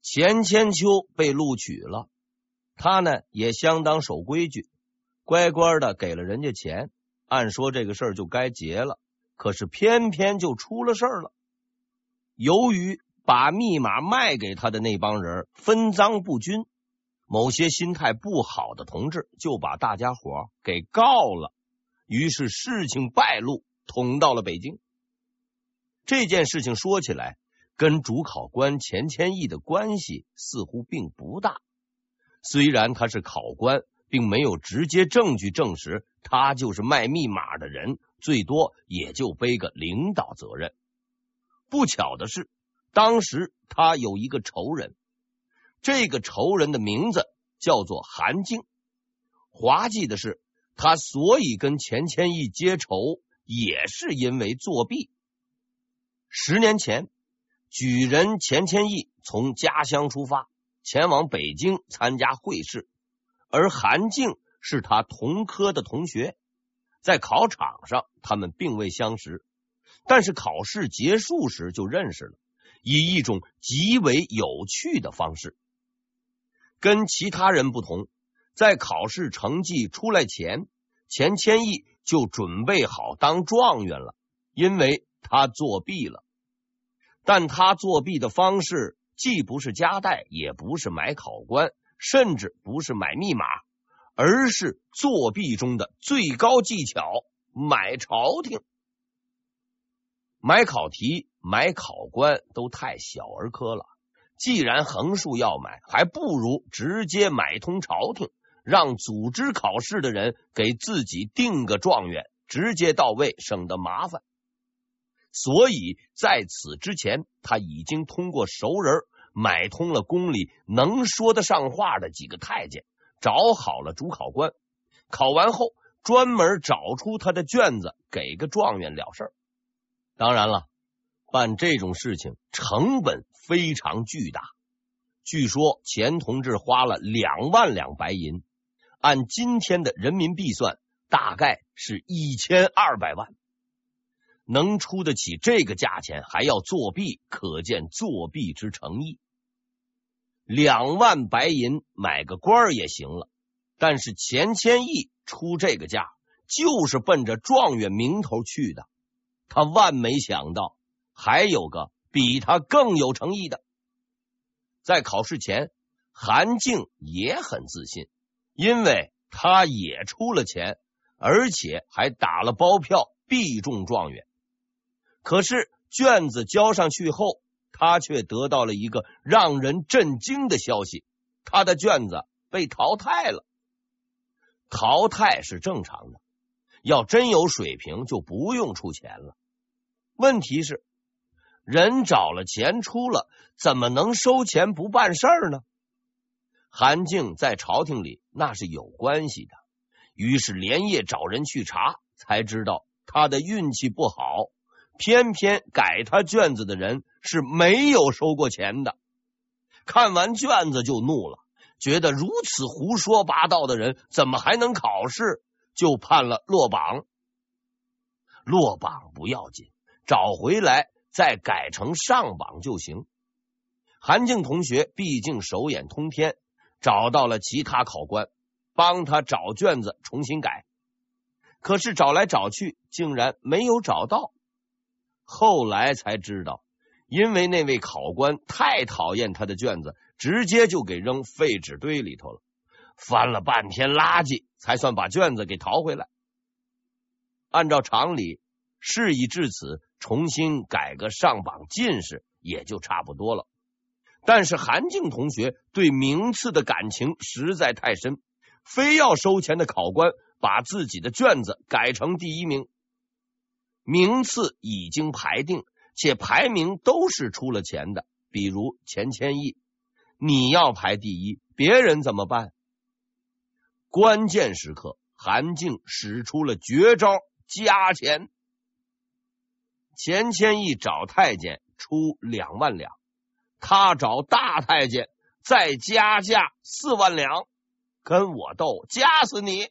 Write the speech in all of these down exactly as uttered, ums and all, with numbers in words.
钱千秋被录取了，他呢也相当守规矩，乖乖的给了人家钱，按说这个事儿就该结了，可是偏偏就出了事儿了。由于把密码卖给他的那帮人分赃不均，某些心态不好的同志就把大家伙给告了，于是事情败露，捅到了北京。这件事情说起来跟主考官钱谦益的关系似乎并不大，虽然他是考官，并没有直接证据证实他就是卖密码的人，最多也就背个领导责任。不巧的是，当时他有一个仇人，这个仇人的名字叫做韩静。滑稽的是，他所以跟钱谦益结仇，也是因为作弊。十年前，举人钱谦益从家乡出发，前往北京参加会试，而韩静是他同科的同学，在考场上他们并未相识，但是考试结束时就认识了，以一种极为有趣的方式。跟其他人不同，在考试成绩出来前，钱谦益就准备好当状元了，因为他作弊了。但他作弊的方式既不是夹带，也不是买考官，甚至不是买密码，而是作弊中的最高技巧，买朝廷。买考题、买考官都太小儿科了，既然横竖要买，还不如直接买通朝廷，让组织考试的人给自己定个状元，直接到位，省得麻烦。所以在此之前，他已经通过熟人买通了宫里能说得上话的几个太监，找好了主考官，考完后专门找出他的卷子，给个状元了事儿。当然了，办这种事情成本非常巨大，据说钱同志花了两万两白银，按今天的人民币算，大概是一千二百万。能出得起这个价钱还要作弊，可见作弊之诚意。两万白银买个官儿也行了，但是钱谦益出这个价就是奔着状元名头去的，他万没想到还有个比他更有诚意的。在考试前，韩静也很自信，因为他也出了钱，而且还打了包票必中状元。可是卷子交上去后，他却得到了一个让人震惊的消息，他的卷子被淘汰了。淘汰是正常的，要真有水平就不用出钱了。问题是，人找了钱出了，怎么能收钱不办事儿呢？韩静在朝廷里那是有关系的，于是连夜找人去查，才知道他的运气不好，偏偏改他卷子的人是没有收过钱的。看完卷子就怒了，觉得如此胡说八道的人怎么还能考试，就判了落榜。落榜不要紧，找回来再改成上榜就行。韩静同学毕竟手眼通天，找到了其他考官，帮他找卷子重新改。可是找来找去，竟然没有找到。后来才知道，因为那位考官太讨厌他的卷子，直接就给扔废纸堆里头了，翻了半天垃圾才算把卷子给淘回来。按照常理，事已至此，重新改个上榜进士也就差不多了。但是韩静同学对名次的感情实在太深，非要收钱的考官把自己的卷子改成第一名。名次已经排定，且排名都是出了钱的，比如钱谦益，你要排第一，别人怎么办？关键时刻，韩静使出了绝招，加钱。钱谦益找太监出两万两，他找大太监再加价四万两，跟我斗，加死你！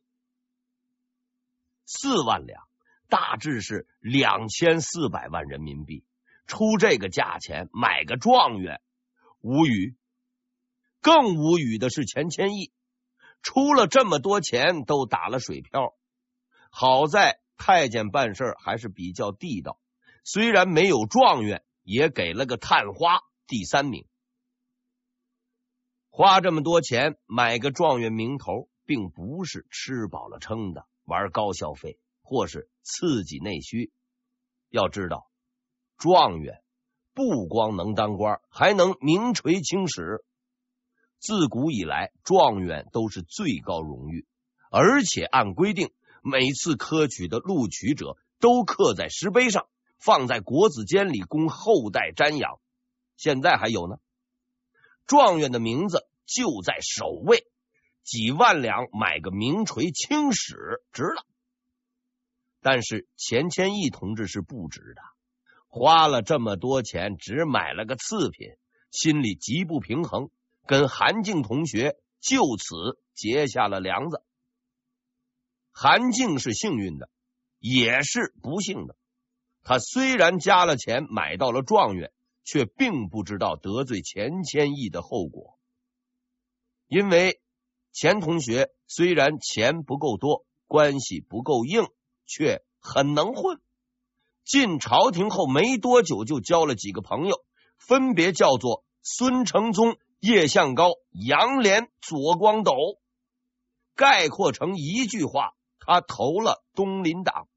四万两大致是两千四百万人民币，出这个价钱买个状元，无语。 更无语的是钱谦益，出了这么多钱都打了水漂。好在太监办事还是比较地道，虽然没有状元，也给了个探花第三名。花这么多钱买个状元名头，并不是吃饱了撑的玩高消费或是刺激内需。要知道，状元不光能当官，还能名垂青史。自古以来，状元都是最高荣誉，而且按规定，每次科举的录取者都刻在石碑上，放在国子监里供后代瞻仰。现在还有呢，状元的名字就在首位，几万两买个名垂青史值了。但是钱谦益同志是不值的，花了这么多钱只买了个次品，心里极不平衡，跟韩静同学就此结下了梁子。韩静是幸运的，也是不幸的。他虽然加了钱买到了状元，却并不知道得罪钱谦益的后果。因为钱同学虽然钱不够多，关系不够硬，却很能混。进朝廷后没多久就交了几个朋友，分别叫做孙承宗、叶向高、杨涟、左光斗。概括成一句话，他投了东林党。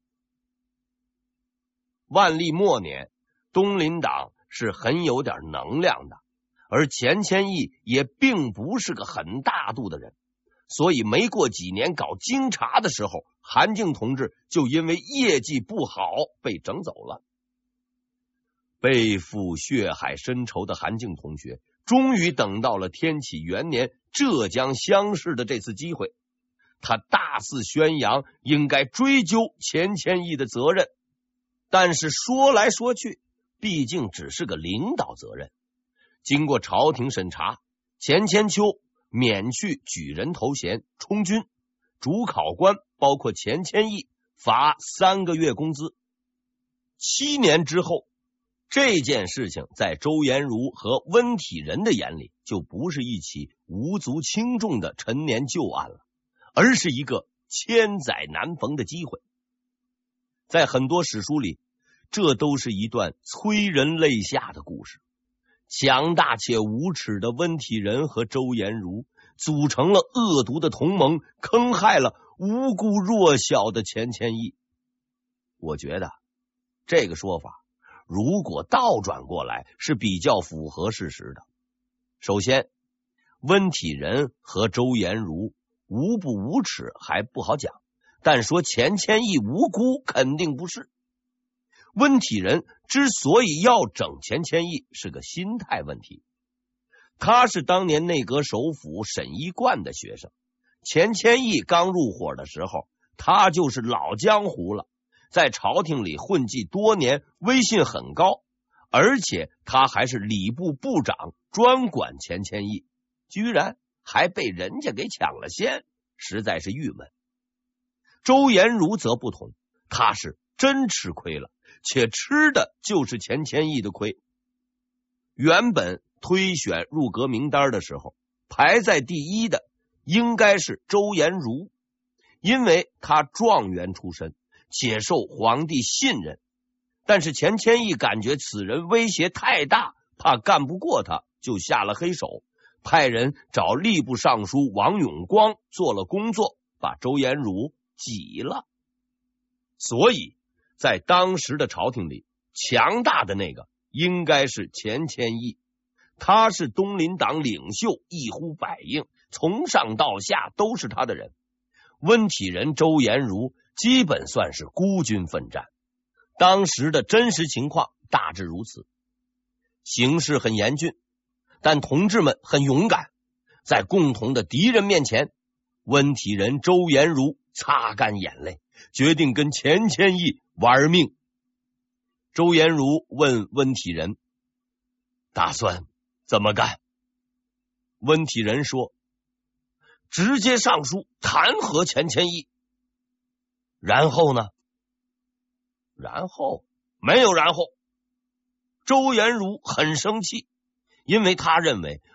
万历末年，东林党是很有点能量的，而钱谦益也并不是个很大度的人，所以没过几年搞京察的时候，韩静同志就因为业绩不好被整走了。背负血海深仇的韩静同学终于等到了天启元年浙江乡试的这次机会，他大肆宣扬应该追究钱谦益的责任，但是说来说去，毕竟只是个领导责任。经过朝廷审查，钱谦秋免去举人头衔，充军，主考官包括钱谦益罚三个月工资。七年之后，这件事情在周延儒和温体仁的眼里就不是一起无足轻重的陈年旧案了，而是一个千载难逢的机会。在很多史书里，这都是一段催人泪下的故事。强大且无耻的温体仁和周延儒组成了恶毒的同盟，坑害了无辜弱小的钱谦益。我觉得这个说法如果倒转过来是比较符合事实的。首先，温体仁和周延儒无不无耻还不好讲，但说钱谦益无辜肯定不是。温体仁之所以要整钱谦益是个心态问题，他是当年内阁首辅沈一贯的学生，钱谦益刚入伙的时候，他就是老江湖了，在朝廷里混迹多年，威信很高，而且他还是礼部部长，专管钱谦益，居然还被人家给抢了先，实在是郁闷。周延儒则不同，他是真吃亏了，且吃的就是钱谦益的亏。原本推选入阁名单的时候，排在第一的应该是周延儒，因为他状元出身，且受皇帝信任。但是钱谦益感觉此人威胁太大，怕干不过他，就下了黑手，派人找吏部尚书王永光做了工作，把周延儒挤了。所以在当时的朝廷里，强大的那个应该是钱谦益，他是东林党领袖，一呼百应，从上到下都是他的人。温体仁、周延儒基本算是孤军奋战，当时的真实情况大致如此。形势很严峻，但同志们很勇敢，在共同的敌人面前，温体仁、周延儒擦干眼泪，决定跟钱谦益玩命。周延儒问温体仁打算怎么干？温体仁说直接上书弹劾钱谦益。然后呢？然后没有然后。周延儒很生气，因为他认为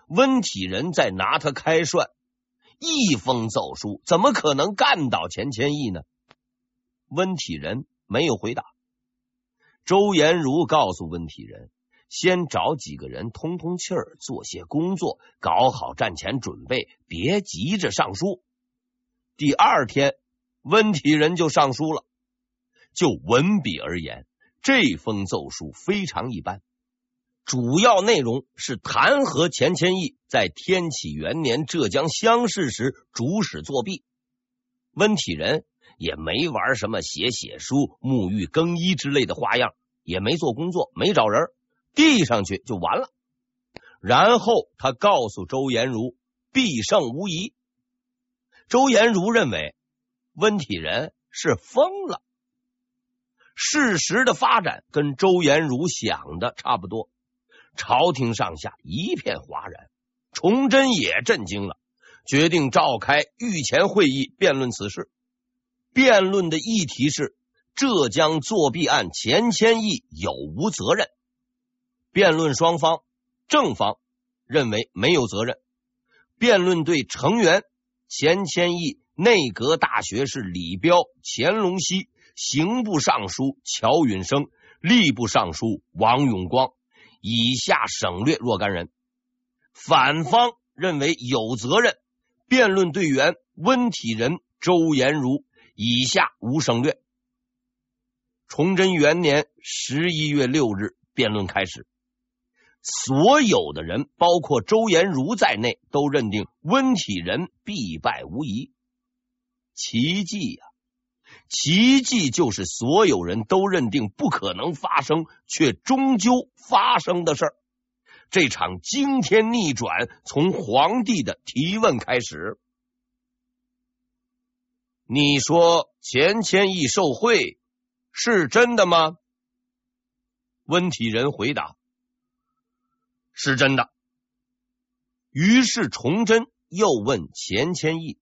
温体仁在拿他开涮，一封奏书怎么可能干倒钱谦益呢？温体仁没有回答。周延儒告诉温体仁，先找几个人通通气儿，做些工作，搞好战前准备，别急着上书。第二天，温体仁就上书了。就文笔而言，这封奏书非常一般，主要内容是弹劾钱谦益在天启元年浙江乡试时主使作弊。温体仁也没玩什么写写书、沐浴更衣之类的花样，也没做工作，没找人，递上去就完了。然后他告诉周延儒，必胜无疑。周延儒认为温体仁是疯了。事实的发展跟周延儒想的差不多，朝廷上下一片哗然，崇祯也震惊了，决定召开御前会议辩论此事。辩论的议题是浙江作弊案钱谦益有无责任。辩论双方，正方认为没有责任，辩论队成员钱谦益内阁大学士李彪、钱隆熙，刑部尚书乔允生，吏部尚书王永光，以下省略若干人。反方认为有责任，辩论队员温体仁、周延儒，以下无省略。崇祯元年十一月六日，辩论开始。所有的人，包括周延儒在内，都认定温体仁必败无疑。奇迹呀、啊！奇迹就是所有人都认定不可能发生，却终究发生的事儿。这场惊天逆转从皇帝的提问开始。你说钱谦益受贿是真的吗？温体仁回答，是真的。于是崇祯又问钱谦益，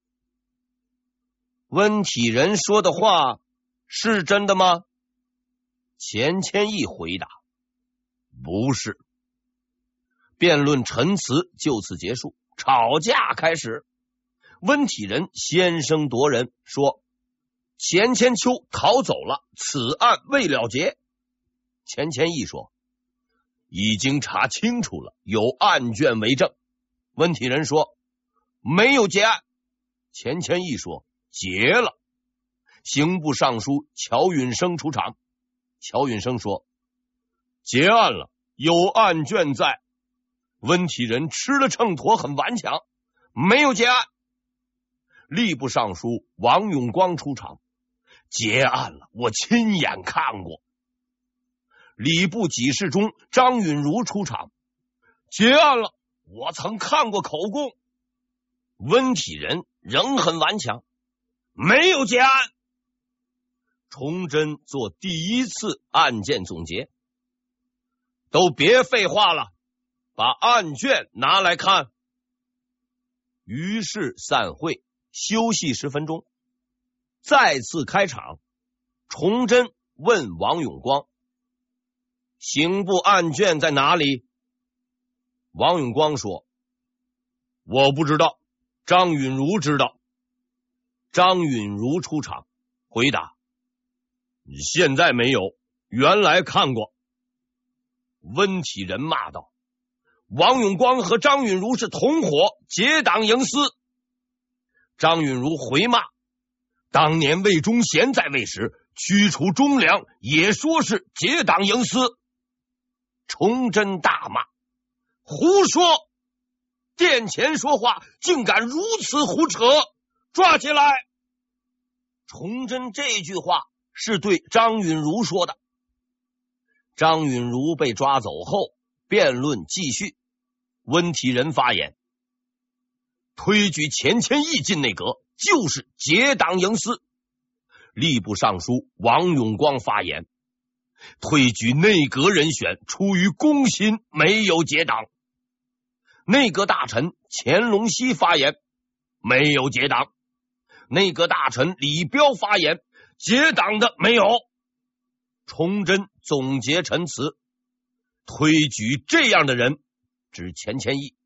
温体仁说的话是真的吗？钱谦益回答，不是。辩论陈词就此结束，吵架开始。温体仁先声夺人，说钱千秋逃走了，此案未了结。钱谦益说，已经查清楚了，有案卷为证。温体仁说，没有结案。钱谦益说，结了。刑部尚书乔允生出场，乔允生说，结案了，有案卷在。温体仁吃了秤砣，很顽强，没有结案。吏部尚书王永光出场，结案了，我亲眼看过。礼部给事中张允如出场，结案了，我曾看过口供。温体仁仍很顽强，没有结案。崇祯做第一次案件总结，都别废话了，把案卷拿来看。于是散会，休息十分钟。再次开场，崇祯问王永光，刑部案卷在哪里？王永光说，我不知道，张允如知道。张允如出场，回答，现在没有，原来看过。温体仁骂道，王永光和张允如是同伙，结党营私。张允如回骂，当年魏忠贤在位时驱除忠良，也说是结党营私。崇祯大骂，胡说，殿前说话竟敢如此胡扯，抓起来。崇祯这句话是对张允如说的。张允如被抓走后，辩论继续。温体仁发言，推举钱谦益进内阁就是结党营私。吏部尚书王永光发言，推举内阁人选出于公心，没有结党。内阁大臣钱隆熙发言，没有结党。内阁大臣李彪发言，结党的没有。崇祯总结陈词，推举这样的人，指钱谦益，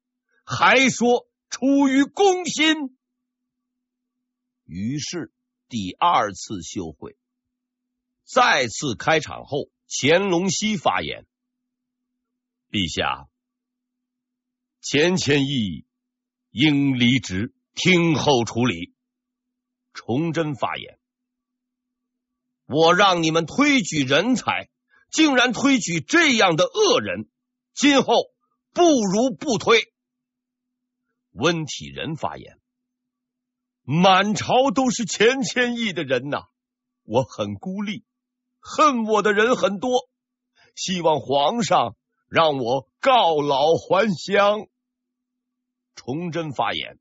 还说出于公心。于是第二次休会。再次开场后，乾隆熙发言：陛下，钱谦益应离职，听候处理。崇祯发言：我让你们推举人才，竟然推举这样的恶人，今后不如不推。温体仁发言：满朝都是钱谦益的人呐、啊，我很孤立，恨我的人很多，希望皇上让我告老还乡。崇祯发言：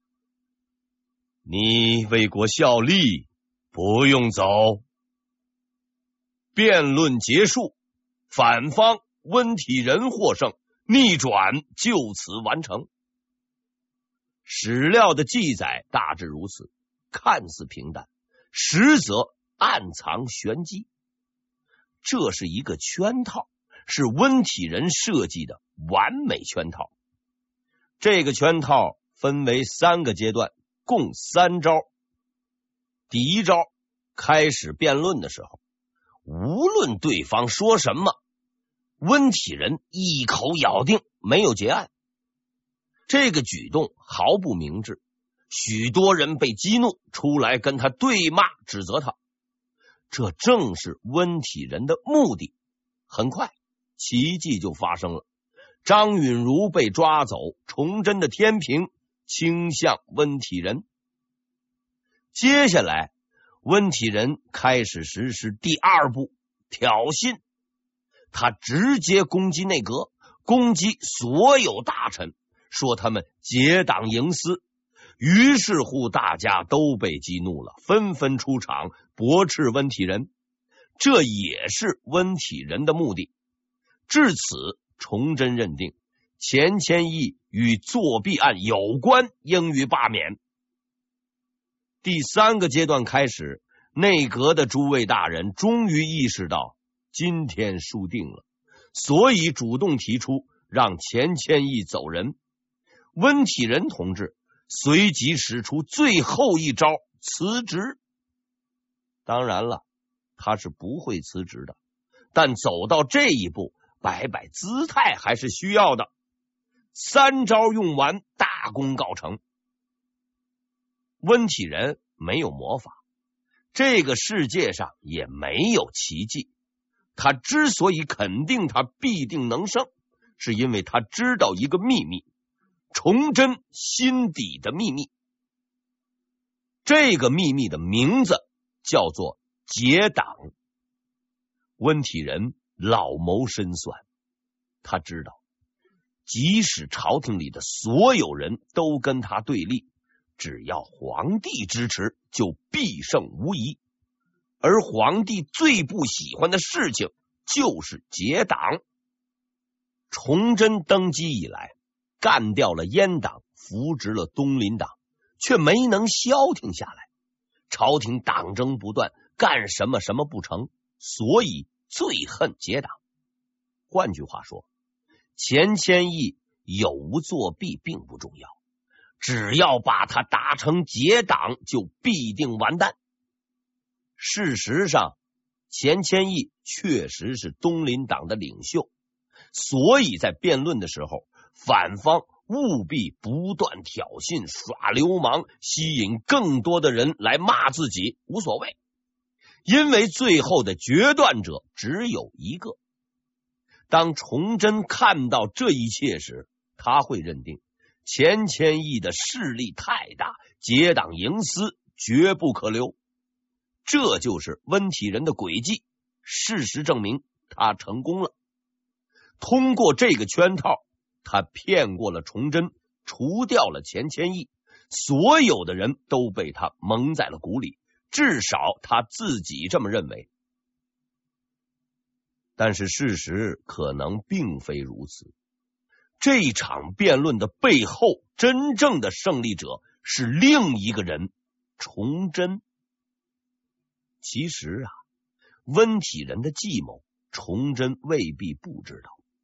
你为国效力，不用走。辩论结束，反方温体仁获胜，逆转就此完成。史料的记载大致如此，看似平淡，实则暗藏玄机。这是一个圈套，是温体仁设计的完美圈套。这个圈套分为三个阶段，共三招。第一招，开始辩论的时候，无论对方说什么，温体仁一口咬定没有结案。这个举动毫不明智，许多人被激怒，出来跟他对骂，指责他。这正是温体仁的目的。很快，奇迹就发生了，张允如被抓走，崇祯的天平倾向温体仁。接下来，温体仁开始实施第二步，挑衅。他直接攻击内阁，攻击所有大臣，说他们结党营私。于是乎大家都被激怒了，纷纷出场驳斥温体仁。这也是温体仁的目的。至此，崇祯认定钱谦益与作弊案有关，应予罢免。第三个阶段开始，内阁的诸位大人终于意识到今天输定了，所以主动提出让钱谦益走人。温体仁同志随即使出最后一招，辞职。当然了，他是不会辞职的，但走到这一步，摆摆姿态还是需要的。三招用完，大功告成。温体仁没有魔法，这个世界上也没有奇迹。他之所以肯定他必定能胜，是因为他知道一个秘密，崇祯心底的秘密。这个秘密的名字叫做结党。温体仁老谋深算，他知道即使朝廷里的所有人都跟他对立，只要皇帝支持，就必胜无疑。而皇帝最不喜欢的事情就是结党。崇祯登基以来，干掉了阉党，扶植了东林党，却没能消停下来。朝廷党争不断，干什么什么不成，所以最恨结党。换句话说，钱谦益有无作弊并不重要，只要把他打成结党，就必定完蛋。事实上，钱谦益确实是东林党的领袖，所以在辩论的时候，反方务必不断挑衅、耍流氓，吸引更多的人来骂自己，无所谓，因为最后的决断者只有一个。当崇祯看到这一切时，他会认定钱谦益的势力太大，结党营私，绝不可留。这就是温体仁的诡计，事实证明他成功了。通过这个圈套，他骗过了崇祯，除掉了钱谦益，所有的人都被他蒙在了鼓里，至少他自己这么认为。但是事实可能并非如此。这一场辩论的背后，真正的胜利者是另一个人，崇祯。其实啊，温体仁的计谋，崇祯未必不知道。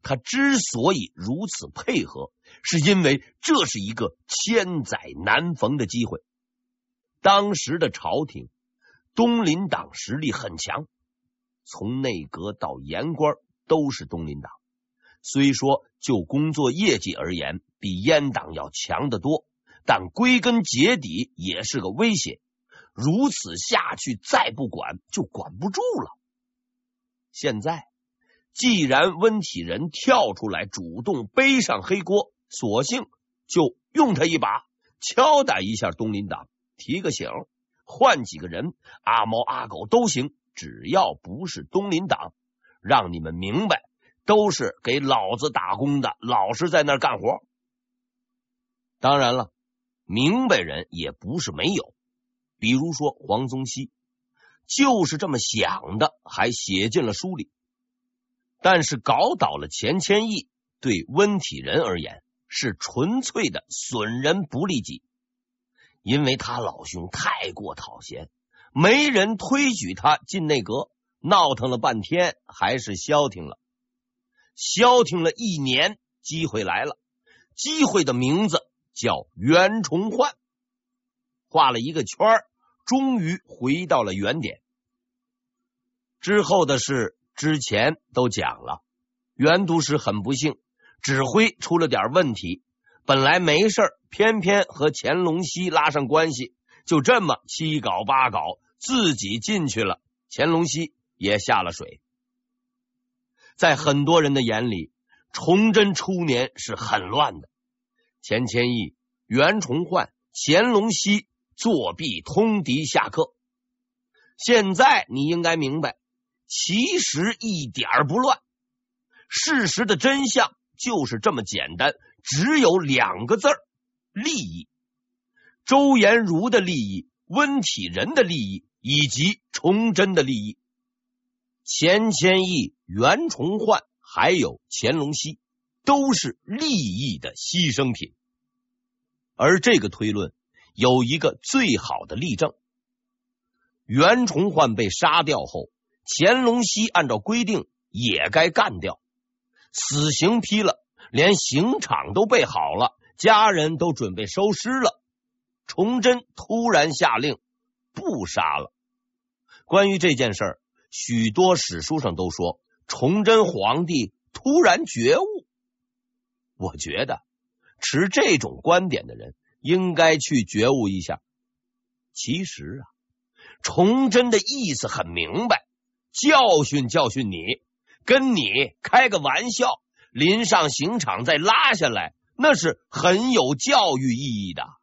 他之所以如此配合，是因为这是一个千载难逢的机会。当时的朝廷，东林党实力很强，从内阁到言官都是东林党，虽说就工作业绩而言比阉党要强得多，但归根结底也是个威胁。如此下去再不管就管不住了。现在既然温体仁跳出来主动背上黑锅，索性就用他一把，敲打一下东林党，提个醒，换几个人，阿猫阿狗都行，只要不是东林党，让你们明白都是给老子打工的，老实在那儿干活。当然了，明白人也不是没有，比如说黄宗羲，就是这么想的，还写进了书里。但是搞倒了钱谦益，对温体仁而言是纯粹的损人不利己，因为他老兄太过讨嫌，没人推举他进内阁，闹腾了半天还是消停了。消停了一年，机会来了，机会的名字叫袁崇焕。画了一个圈，终于回到了原点。之后的事之前都讲了，袁都师很不幸，指挥出了点问题，本来没事，偏偏和乾隆熙拉上关系，就这么七搞八搞，自己进去了，乾隆熙也下了水。在很多人的眼里，崇祯初年是很乱的，钱谦益、袁崇焕、乾隆熙作弊通敌下课。现在你应该明白，其实一点不乱，事实的真相就是这么简单，只有两个字儿：利益。周延儒的利益、温体仁的利益以及崇祯的利益，钱谦益、袁崇焕还有乾隆熙都是利益的牺牲品。而这个推论有一个最好的例证，袁崇焕被杀掉后，乾隆熙按照规定也该干掉，死刑批了，连刑场都备好了，家人都准备收尸了，崇祯突然下令不杀了。关于这件事儿，许多史书上都说崇祯皇帝突然觉悟。我觉得持这种观点的人应该去觉悟一下。其实啊，崇祯的意思很明白，教训教训你，跟你开个玩笑，临上刑场再拉下来，那是很有教育意义的。